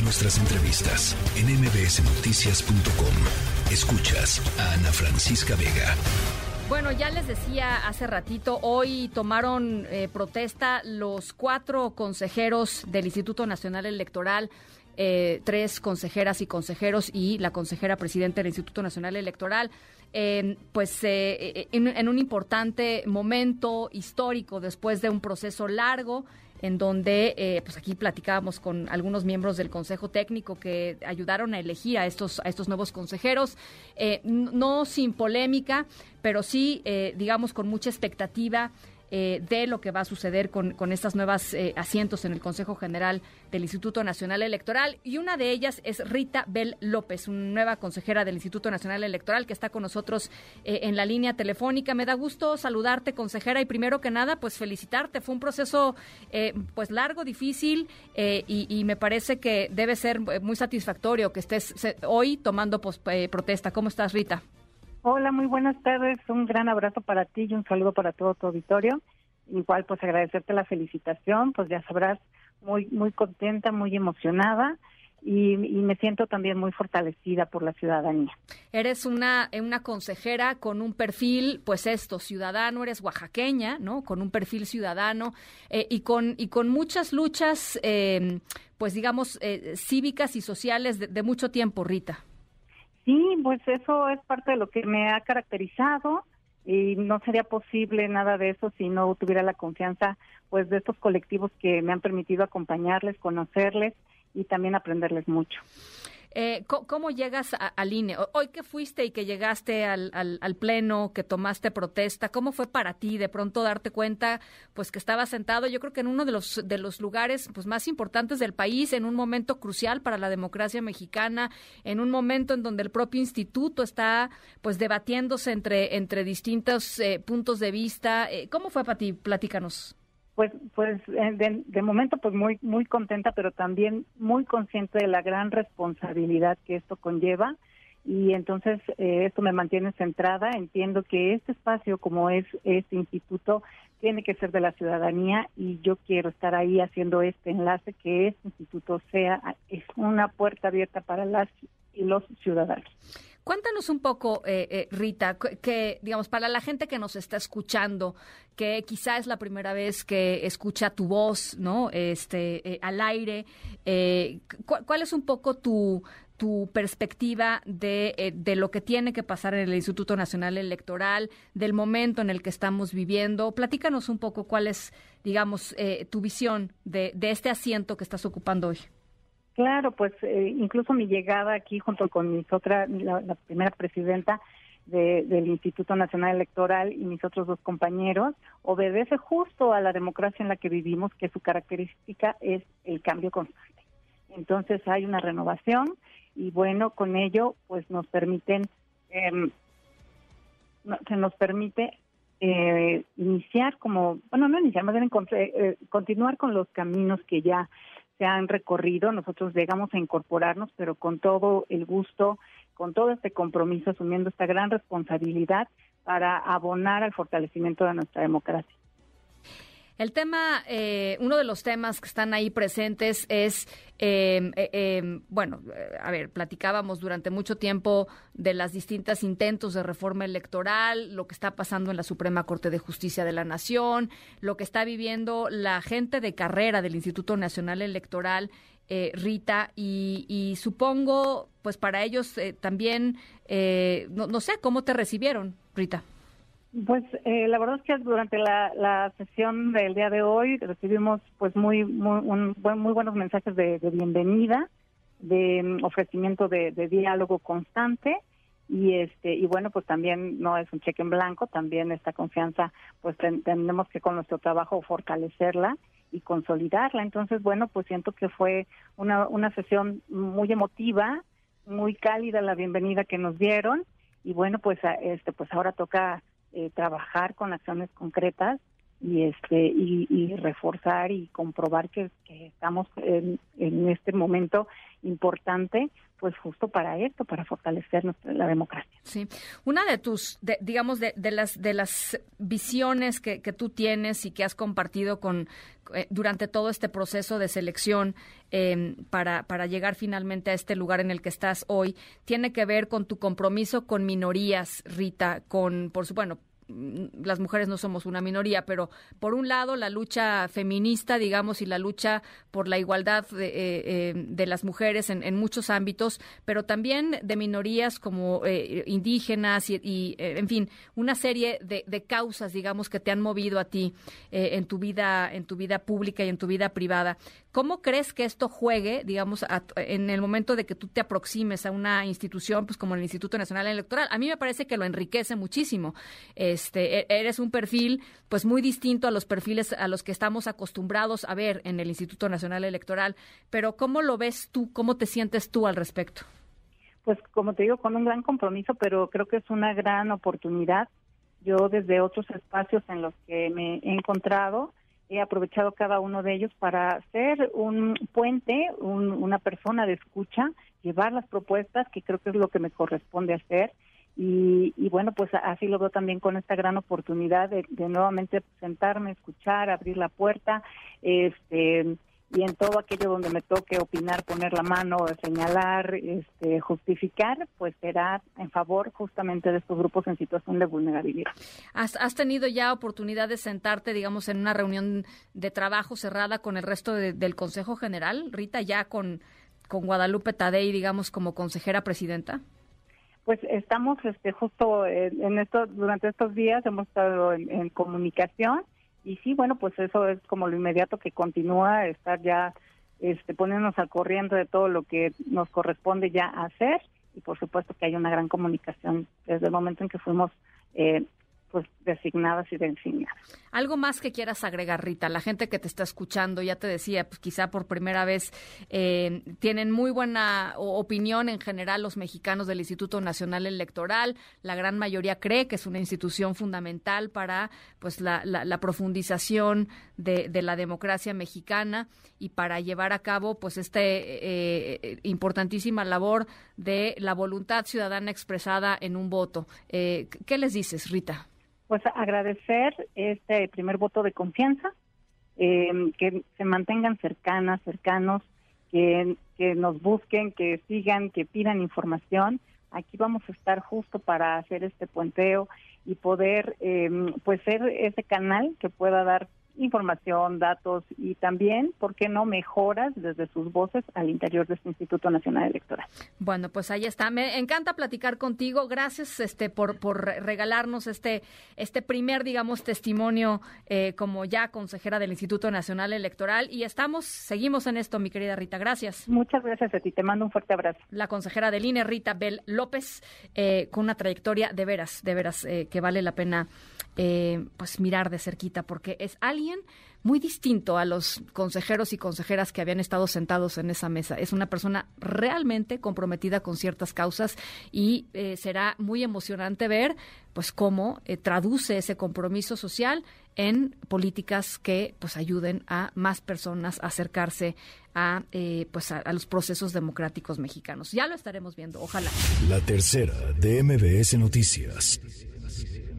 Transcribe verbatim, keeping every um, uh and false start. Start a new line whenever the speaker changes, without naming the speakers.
Nuestras entrevistas en eme be ese noticias punto com. Escuchas a Ana Francisca Vega.
Bueno, ya les decía hace ratito, hoy tomaron eh, protesta los cuatro consejeros del Instituto Nacional Electoral, eh, tres consejeras y consejeros y la consejera presidenta del Instituto Nacional Electoral, eh, pues eh, en, en un importante momento histórico después de un proceso largo, en donde, eh, pues aquí platicábamos con algunos miembros del Consejo Técnico que ayudaron a elegir a estos, a estos nuevos consejeros, eh, no sin polémica, pero sí, eh, digamos, con mucha expectativa eh, de lo que va a suceder con, con estas nuevas eh, asientos en el Consejo General del Instituto Nacional Electoral. Y una de ellas es Rita Bel López, una nueva consejera del Instituto Nacional Electoral que está con nosotros eh, en la línea telefónica. Me da gusto saludarte, consejera, y primero que nada, pues felicitarte. Fue un proceso eh, pues largo, difícil, eh, y, y me parece que debe ser muy satisfactorio que estés se, hoy tomando pues, eh, protesta. ¿Cómo estás, Rita?
Hola, muy buenas tardes. Un gran abrazo para ti y un saludo para todo tu auditorio. Igual, pues agradecerte la felicitación, pues ya sabrás, muy muy contenta, muy emocionada y, y me siento también muy fortalecida por la ciudadanía.
Eres una una consejera con un perfil, pues esto, ciudadano, eres oaxaqueña, ¿no? Con un perfil ciudadano eh, y con y con muchas luchas, eh, pues digamos, eh, cívicas y sociales de, de mucho tiempo, Rita.
Sí, pues eso es parte de lo que me ha caracterizado y no sería posible nada de eso si no tuviera la confianza pues de estos colectivos que me han permitido acompañarles, conocerles y también aprenderles mucho.
Eh, ¿Cómo llegas a, al I N E? Hoy que fuiste y que llegaste al, al, al pleno, que tomaste protesta, ¿cómo fue para ti de pronto darte cuenta pues que estabas sentado, yo creo que en uno de los de los lugares pues más importantes del país, en un momento crucial para la democracia mexicana, en un momento en donde el propio instituto está pues debatiéndose entre entre distintos eh, puntos de vista? Eh, ¿Cómo fue para ti? Platícanos.
Pues, pues de, de momento pues muy muy contenta, pero también muy consciente de la gran responsabilidad que esto conlleva y entonces eh, esto me mantiene centrada. Entiendo que este espacio, como es este instituto, tiene que ser de la ciudadanía y yo quiero estar ahí haciendo este enlace, que este instituto sea es una puerta abierta para las y los ciudadanos.
Cuéntanos un poco, eh, eh, Rita, que, digamos, para la gente que nos está escuchando, que quizá es la primera vez que escucha tu voz, ¿no? Este, eh, al aire, eh, cu- ¿cuál es un poco tu tu perspectiva de, eh, de lo que tiene que pasar en el Instituto Nacional Electoral, del momento en el que estamos viviendo? Platícanos un poco cuál es, digamos, eh, tu visión de, de este asiento que estás ocupando hoy.
Claro, pues eh, incluso mi llegada aquí junto con mis otras, la, la primera presidenta de, del Instituto Nacional Electoral y mis otros dos compañeros, obedece justo a la democracia en la que vivimos, que su característica es el cambio constante. Entonces hay una renovación y bueno, con ello pues nos permiten, eh, no, se nos permite eh, iniciar como, bueno, no iniciar, más bien eh, continuar con los caminos que ya se han recorrido. Nosotros llegamos a incorporarnos, pero con todo el gusto, con todo este compromiso, asumiendo esta gran responsabilidad para abonar al fortalecimiento de nuestra democracia.
El tema, eh, uno de los temas que están ahí presentes es, eh, eh, eh, bueno, eh, a ver, platicábamos durante mucho tiempo de las distintas intentos de reforma electoral, lo que está pasando en la Suprema Corte de Justicia de la Nación, lo que está viviendo la gente de carrera del Instituto Nacional Electoral, eh, Rita, y, y supongo, pues para ellos eh, también, eh, no, no sé, ¿cómo te recibieron, Rita?
Pues eh, la verdad es que durante la, la sesión del día de hoy recibimos pues muy muy, un, buen, muy buenos mensajes de, de bienvenida, de um, ofrecimiento de, de diálogo constante y este y bueno pues también no es un cheque en blanco, también esta confianza pues ten, tenemos que con nuestro trabajo fortalecerla y consolidarla. Entonces bueno pues siento que fue una una sesión muy emotiva, muy cálida la bienvenida que nos dieron y bueno pues a, este pues ahora toca Eh, trabajar con acciones concretas y este y, y reforzar y comprobar que, que estamos en, en este momento importante, pues justo para esto, para fortalecer nuestra, la democracia.
Sí, una de tus, de, digamos, de, de las de las visiones que, que tú tienes y que has compartido con eh, durante todo este proceso de selección eh, para para llegar finalmente a este lugar en el que estás hoy, tiene que ver con tu compromiso con minorías, Rita, con, por su, bueno, las mujeres no somos una minoría, pero por un lado la lucha feminista, digamos, y la lucha por la igualdad de, eh, de las mujeres en, en muchos ámbitos, pero también de minorías como eh, indígenas y, y eh, en fin, una serie de, de causas, digamos, que te han movido a ti eh, en tu vida, en tu vida pública y en tu vida privada. ¿Cómo crees que esto juegue, digamos, a, en el momento de que tú te aproximes a una institución, pues como el Instituto Nacional Electoral? A mí me parece que lo enriquece muchísimo. Este, eres un perfil, pues muy distinto a los perfiles a los que estamos acostumbrados a ver en el Instituto Nacional Electoral. Pero ¿cómo lo ves tú? ¿Cómo te sientes tú al respecto?
Pues como te digo, con un gran compromiso, pero creo que es una gran oportunidad. Yo desde otros espacios en los que me he encontrado, he aprovechado cada uno de ellos para ser un puente, un, una persona de escucha, llevar las propuestas, que creo que es lo que me corresponde hacer. Y, y bueno, pues así lo veo también con esta gran oportunidad de, de nuevamente sentarme, escuchar, abrir la puerta, este y en todo aquello donde me toque opinar, poner la mano, señalar, este, justificar, pues será en favor justamente de estos grupos en situación de vulnerabilidad.
¿Has, has tenido ya oportunidad de sentarte, digamos, en una reunión de trabajo cerrada con el resto de, del Consejo General, Rita, ya con, con Guadalupe Tadei, digamos, como consejera presidenta?
Pues estamos este, justo en, en esto, durante estos días hemos estado en, en comunicación. Y sí, bueno, pues eso es como lo inmediato que continúa, estar ya este, poniéndonos al corriente de todo lo que nos corresponde ya hacer, y por supuesto que hay una gran comunicación desde el momento en que fuimos eh, pues designadas y designadas.
Algo más que quieras agregar, Rita. La gente que te está escuchando, ya te decía, pues quizá por primera vez eh, tienen muy buena opinión en general los mexicanos del Instituto Nacional Electoral. La gran mayoría cree que es una institución fundamental para pues la, la, la profundización de, de la democracia mexicana y para llevar a cabo pues este eh, importantísima labor de la voluntad ciudadana expresada en un voto. Eh, ¿Qué les dices, Rita?
Pues agradecer este primer voto de confianza, eh, que se mantengan cercanas, cercanos, que, que nos busquen, que sigan, que pidan información. Aquí vamos a estar justo para hacer este puenteo y poder eh, pues ser ese canal que pueda dar información, datos y también, ¿por qué no?, mejoras desde sus voces al interior de este Instituto Nacional Electoral.
Bueno, pues ahí está. Me encanta platicar contigo. Gracias este por por regalarnos este este primer, digamos, testimonio eh, como ya consejera del Instituto Nacional Electoral. Y estamos, seguimos en esto, mi querida Rita. Gracias.
Muchas gracias a ti. Te mando un fuerte abrazo.
La consejera del I N E, Rita Bel López, eh, con una trayectoria de veras, de veras, eh, que vale la pena eh, pues mirar de cerquita, porque es alguien muy distinto a los consejeros y consejeras que habían estado sentados en esa mesa. Es una persona realmente comprometida con ciertas causas y eh, será muy emocionante ver pues cómo eh, traduce ese compromiso social en políticas que pues ayuden a más personas a acercarse a eh, pues a, a los procesos democráticos mexicanos. Ya lo estaremos viendo, ojalá.
La tercera de M B S Noticias.